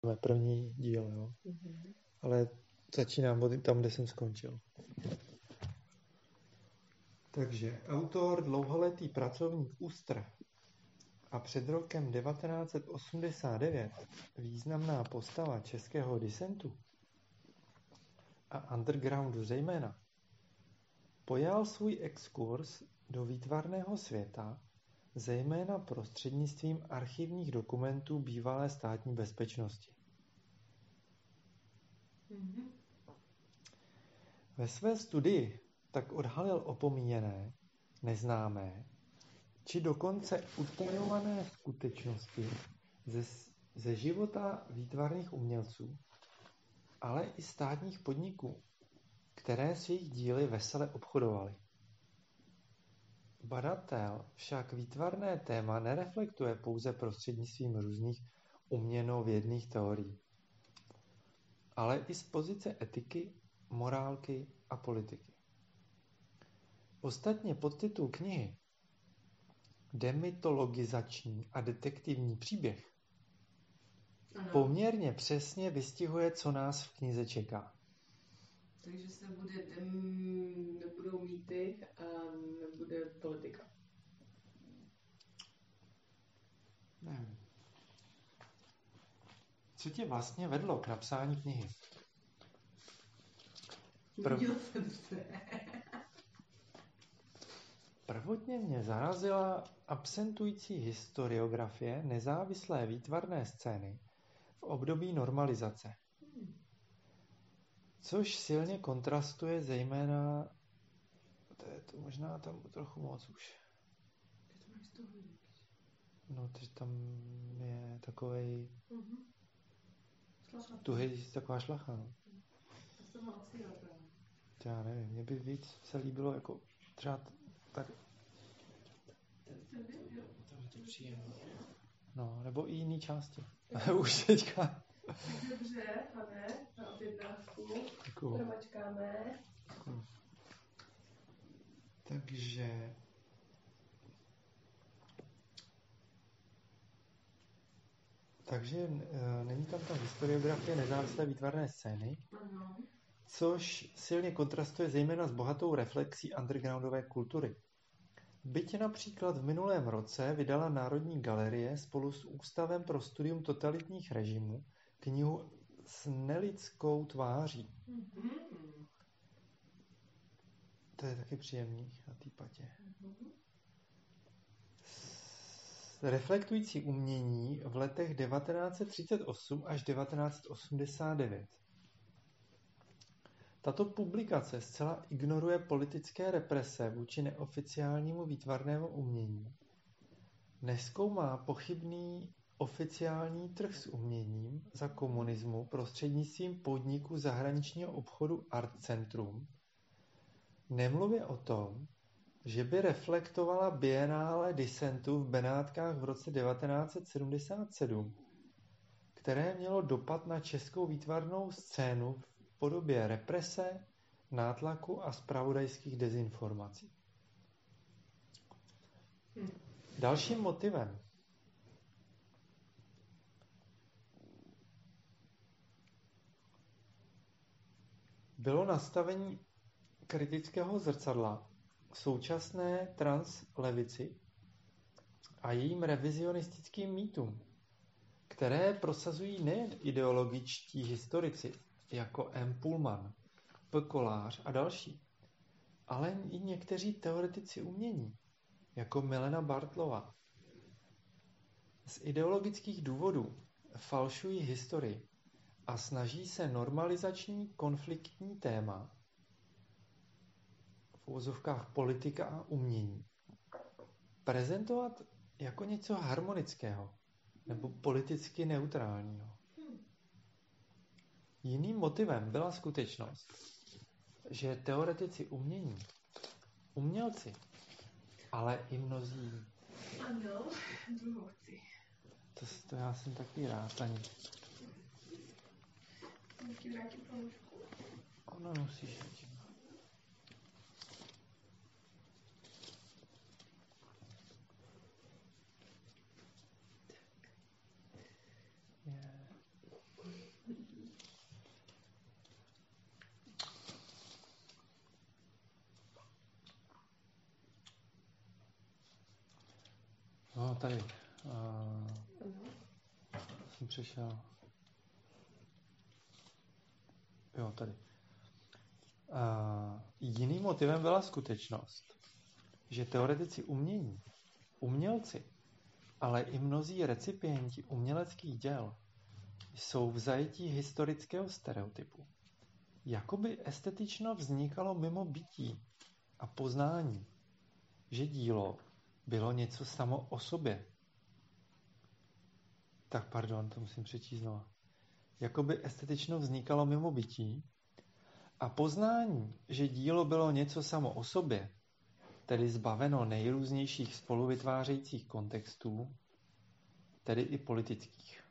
první díl, jo. Ale začínám tam, kde jsem skončil. Takže autor, dlouholetý pracovník ÚSTR a před rokem 1989 významná postava českého disentu a undergroundu zejména, pojal svůj exkurs do výtvarného světa, zejména prostřednictvím archivních dokumentů bývalé státní bezpečnosti. Ve své studii tak odhalil opomíjené, neznámé, či dokonce utajované skutečnosti ze života výtvarných umělců, ale i státních podniků, které s jejich díly vesele obchodovaly. Badatel však výtvarné téma nereflektuje pouze prostřednictvím různých uměnovědných teorií, ale i z pozice etiky, morálky a politiky. Ostatně podtitul knihy Demytologizační a detektivní příběh poměrně přesně vystihuje, co nás v knize čeká. Takže se nebudou mýty a nebude politika. Nevím. Co tě vlastně vedlo k napsání knihy? Jsem se. Prvotně mě zarazila absentující historiografie nezávislé výtvarné scény v období normalizace. Což silně kontrastuje zejména... To je to možná tam trochu moc už. No, tam je takovej... Tuhej, taková šlacha, no. Já nevím, mě by víc se líbilo jako třeba tak... No, nebo i jiný části. Už teďka. Dobře, pane, na objednávku. Prvačkáme. Takže... není tam ta historiografie nezávislé výtvarné scény, což silně kontrastuje zejména s bohatou reflexí undergroundové kultury. Byť například v minulém roce vydala Národní galerie spolu s Ústavem pro studium totalitních režimů knihu S nelidskou tváří. To je taky příjemný na té patě. Reflektující umění v letech 1938 až 1989. Tato publikace zcela ignoruje politické represe vůči neoficiálnímu výtvarnému umění. Nezkoumá pochybný oficiální trh s uměním za komunismu prostřednictvím podniku zahraničního obchodu Art Centrum. Nemluvě o tom, že by reflektovala Biennále disentu v Benátkách v roce 1977, které mělo dopad na českou výtvarnou scénu v podobě represe, nátlaku a zpravodajských dezinformací. Dalším motivem bylo nastavení kritického zrcadla současné translevici a jejím revizionistickým mýtům, které prosazují nejen ideologičtí historici jako M. Pullman, P. Kolář a další, ale i někteří teoretici umění, jako Milena Bartlová. Z ideologických důvodů falšují historii a snaží se normalizační konfliktní téma v uvozovkách politika a umění prezentovat jako něco harmonického nebo politicky neutrálního. Jiným motivem byla skutečnost, že teoretici umění, umělci, ale i mnozí... Ano, druhovci. To já jsem taky rád, ani. Můžu vrátit palušku? Ona musíš vrátit. tady. Jsem přišel. Jo, tady. Jiným motivem byla skutečnost, že teoretici umění, umělci, ale i mnozí recipienti uměleckých děl jsou v zajetí historického stereotypu. Jakoby estetično vznikalo mimo bytí a poznání, že dílo bylo něco samo o sobě. Tak pardon, to musím přečíst znova. Jakoby estetično vznikalo mimo bytí a poznání, že dílo bylo něco samo o sobě, tedy zbaveno nejrůznějších spoluvytvářejících kontextů, tedy i politických.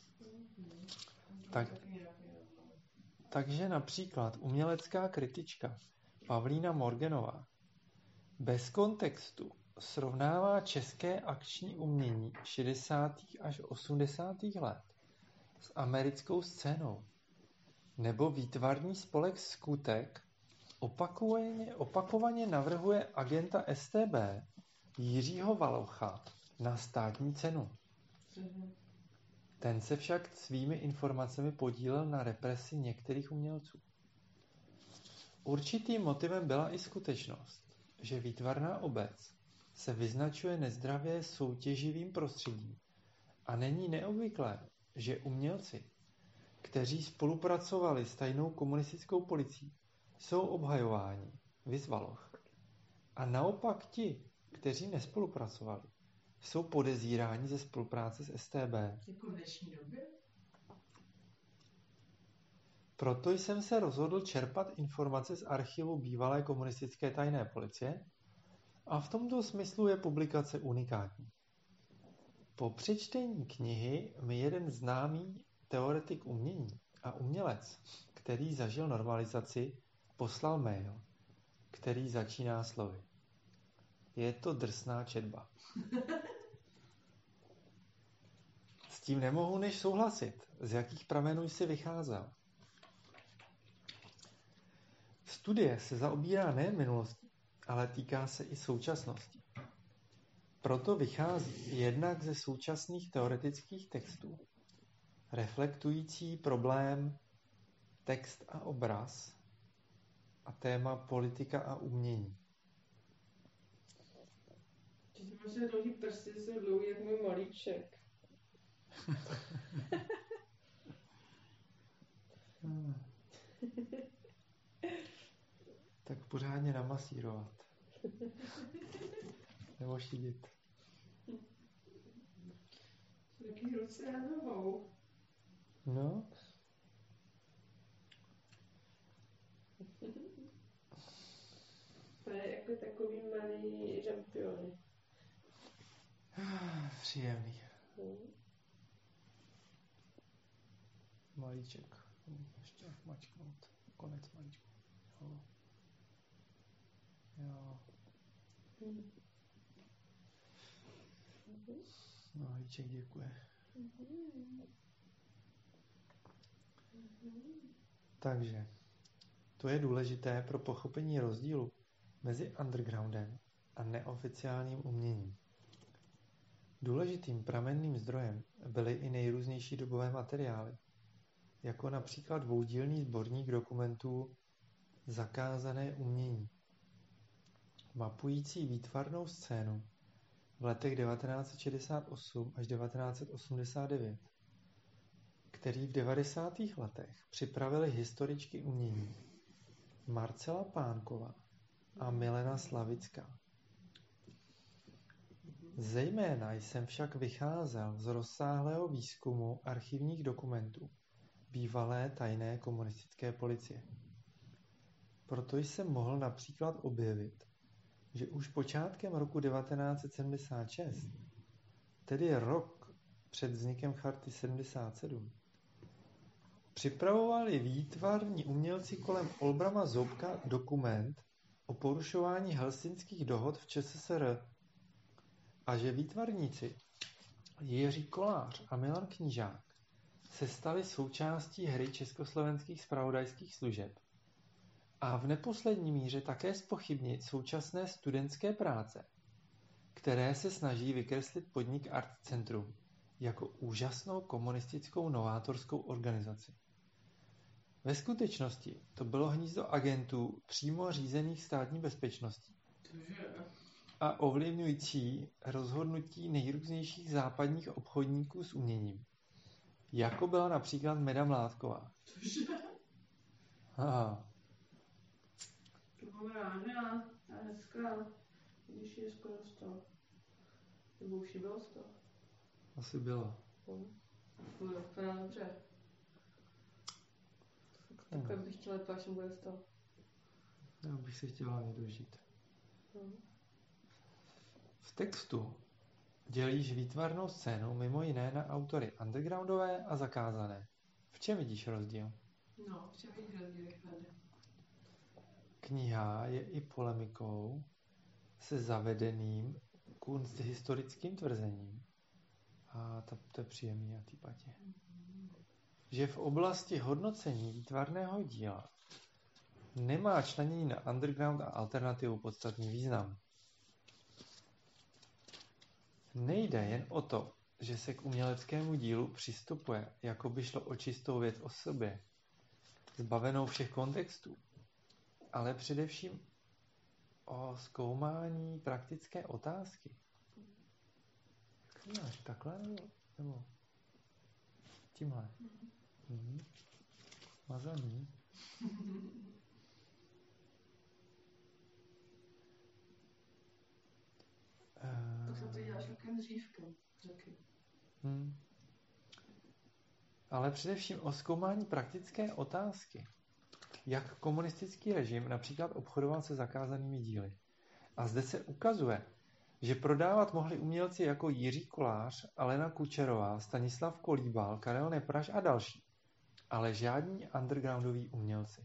Takže například umělecká kritička Pavlína Morganová bez kontextu srovnává české akční umění 60. až 80. let s americkou scénou. Nebo výtvarný spolek Skutek opakovaně navrhuje agenta StB Jiřího Valocha na státní cenu. Ten se však svými informacemi podílel na represi některých umělců. Určitým motivem byla i skutečnost, že výtvarná obec se vyznačuje nezdravě soutěživým prostředím a není neobvyklé, že umělci, kteří spolupracovali s tajnou komunistickou policií, jsou obhajováni, viz Valoch. A naopak ti, kteří nespolupracovali, jsou podezíráni ze spolupráce s StB. Jako v dnešní době? Proto jsem se rozhodl čerpat informace z archivu bývalé komunistické tajné policie a v tomto smyslu je publikace unikátní. Po přečtení knihy mi jeden známý teoretik umění a umělec, který zažil normalizaci, poslal mail, který začíná slovy. Je to drsná četba. S tím nemohu než souhlasit, z jakých pramenů jsi vycházel. Studie se zaobírá nejen minulostí, ale týká se i současnosti. Proto vychází jednak ze současných teoretických textů, reflektující problém text a obraz a téma politika a umění. Ty máš dlouhý prsty, jsou dlouhý jak můj malíček. Tak pořádně namasírovat. Nebo šídit. Taký ruce a nohou. No. To je jako takový malý žampiony. Příjemný. Malíček. Ještě mačknout. Konec malíčku. Jo. Jo. Malíček děkuje. Takže to je důležité pro pochopení rozdílu mezi undergroundem a neoficiálním uměním. Důležitým pramenným zdrojem byly i nejrůznější dobové materiály, jako například dvoudílný sborník dokumentů Zakázané umění, mapující výtvarnou scénu v letech 1968 až 1989, který v 90. letech připravili historičky umění Marcela Pánková a Milena Slavická. Zejména jsem však vycházel z rozsáhlého výzkumu archivních dokumentů bývalé tajné komunistické policie. Proto jsem mohl například objevit, že už počátkem roku 1976, tedy rok před vznikem Charty 77, připravovali výtvarní umělci kolem Olbrama Zoubka dokument o porušování helsinských dohod v ČSSR a že výtvarníci Jiří Kolář a Milan Knížák se stali součástí hry československých zpravodajských služeb a v neposlední míře také zpochybnit současné studentské práce, které se snaží vykreslit podnik Art Centrum jako úžasnou komunistickou novátorskou organizaci. Ve skutečnosti to bylo hnízdo agentů přímo řízených státní bezpečností a ovlivňující rozhodnutí nejrůznějších západních obchodníků s uměním, jako byla například Meda Mládková. Aha. To máme ráda, a dneska, když je skoro 100. Nebo už jí bylo 100. Asi bylo. Bude úplně dobře. Takhle bych chtěla lepa, až mi bude 100. Já bych se chtěla hlavně dožít. V textu dělíš výtvarnou scénu mimo jiné na autory undergroundové a zakázané. V čem vidíš rozdíl? No, v čem vidíš rozdíl, Richarde? Kniha je i polemikou se zavedeným kunsthistorickým tvrzením. A to je příjemný a týpatě. Že v oblasti hodnocení výtvarného díla nemá členění na underground a alternativu podstatný význam. Nejde jen o to, že se k uměleckému dílu přistupuje, jako by šlo o čistou věc o sobě, zbavenou všech kontextů, ale především o zkoumání praktické otázky. Jak máš takhle nebo tímhle? Mazaný. Tak se to děláš takovým dřívkem, řeky. Ale především o zkoumání praktické otázky. Jak komunistický režim například obchodoval se zakázanými díly. A zde se ukazuje, že prodávat mohli umělci jako Jiří Kolář, Alena Kučerová, Stanislav Kolíbal, Karel Nepraž a další. Ale žádní undergroundoví umělci.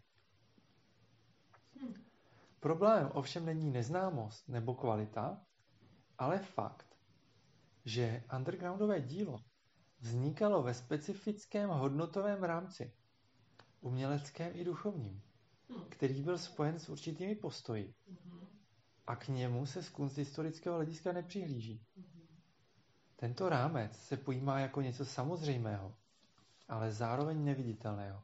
Problém ovšem není neznámost nebo kvalita, ale fakt, že undergroundové dílo vznikalo ve specifickém hodnotovém rámci, uměleckém i duchovním, který byl spojen s určitými postoji a k němu se z kunsthistorického hlediska nepřihlíží. Tento rámec se pojímá jako něco samozřejmého, ale zároveň neviditelného.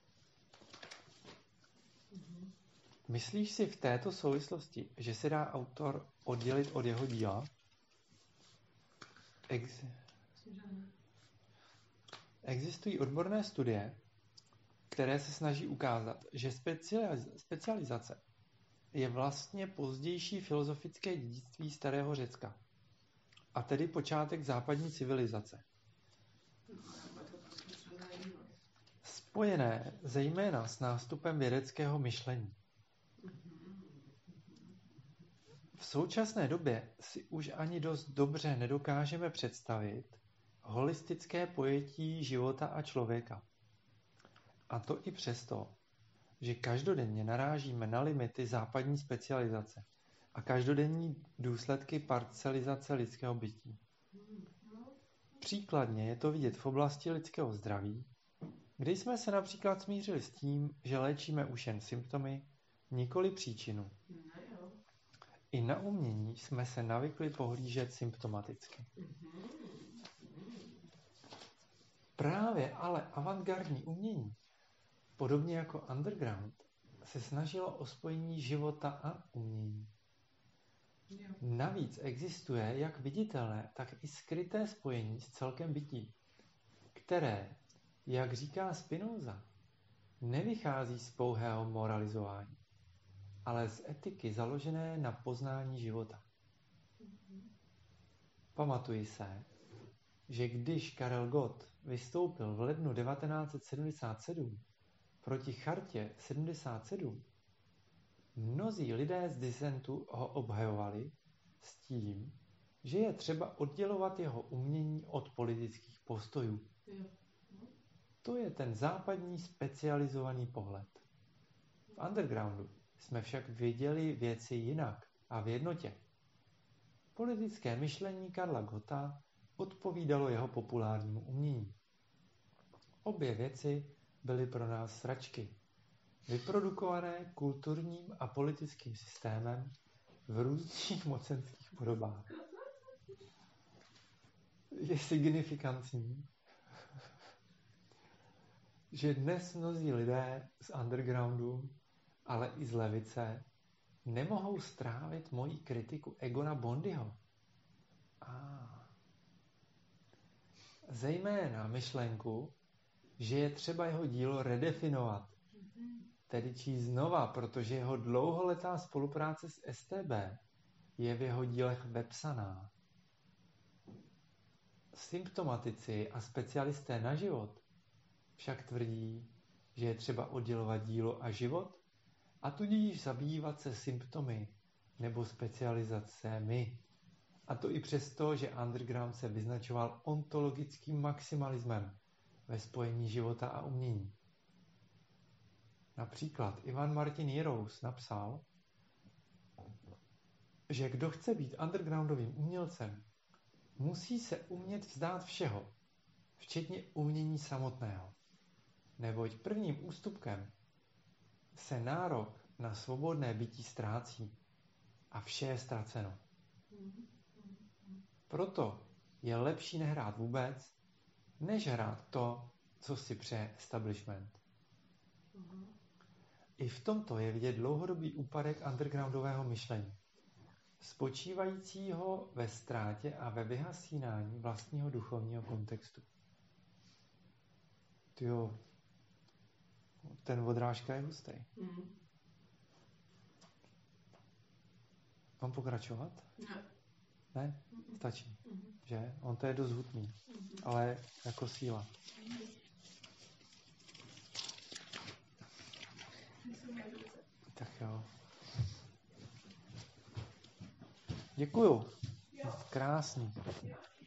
Myslíš si v této souvislosti, že se dá autor oddělit od jeho díla? Existují odborné studie, které se snaží ukázat, že specializace je vlastně pozdější filozofické dědictví starého Řecka, a tedy počátek západní civilizace. Spojené zejména s nástupem vědeckého myšlení. V současné době si už ani dost dobře nedokážeme představit holistické pojetí života a člověka. A to i přesto, že každodenně narážíme na limity západní specializace a každodenní důsledky parcelizace lidského bytí. Příkladně je to vidět v oblasti lidského zdraví, kdy jsme se například smířili s tím, že léčíme už jen symptomy, nikoli příčinu. I na umění jsme se navykli pohlížet symptomaticky. Právě ale avantgardní umění, podobně jako underground, se snažilo o spojení života a umění. Navíc existuje jak viditelné, tak i skryté spojení s celkem bytí, které, jak říká Spinoza, nevychází z pouhého moralizování, ale z etiky založené na poznání života. Pamatuji se, že když Karel Gott vystoupil v lednu 1977 proti chartě 77, mnozí lidé z disentu ho obhajovali s tím, že je třeba oddělovat jeho umění od politických postojů. To je ten západní specializovaný pohled. V undergroundu jsme však viděli věci jinak a v jednotě. Politické myšlení Karla Gotta odpovídalo jeho populárnímu umění. Obě věci byly pro nás sračky, vyprodukované kulturním a politickým systémem v různých mocenských podobách. je signifikantní, že dnes mnozí lidé z undergroundu, ale i z levice, nemohou strávit moji kritiku Egona Bondyho. Zejména myšlenku, že je třeba jeho dílo redefinovat, tedy číst znova, protože jeho dlouholetá spolupráce s STB je v jeho dílech vepsaná. Symptomatici a specialisté na život však tvrdí, že je třeba oddělovat dílo a život a tudíž zabývat se symptomy nebo specializacemi. A to i přesto, že underground se vyznačoval ontologickým maximalismem ve spojení života a umění. Například Ivan Martin Jirous napsal, že kdo chce být undergroundovým umělcem, musí se umět vzdát všeho, včetně umění samotného. Neboť prvním ústupkem se nárok na svobodné bytí ztrácí a vše je ztraceno. Proto je lepší nehrát vůbec, než hrát to, co si přeje establishment. I v tomto je vidět dlouhodobý úpadek undergroundového myšlení, spočívajícího ve ztrátě a ve vyhasínání vlastního duchovního kontextu. Tyjo, ten odrážka je hustý. Mám pokračovat? Ne? Stačí. Že? On to je dost hutný. Ale jako síla. Tak jo. Děkuju. Krásný.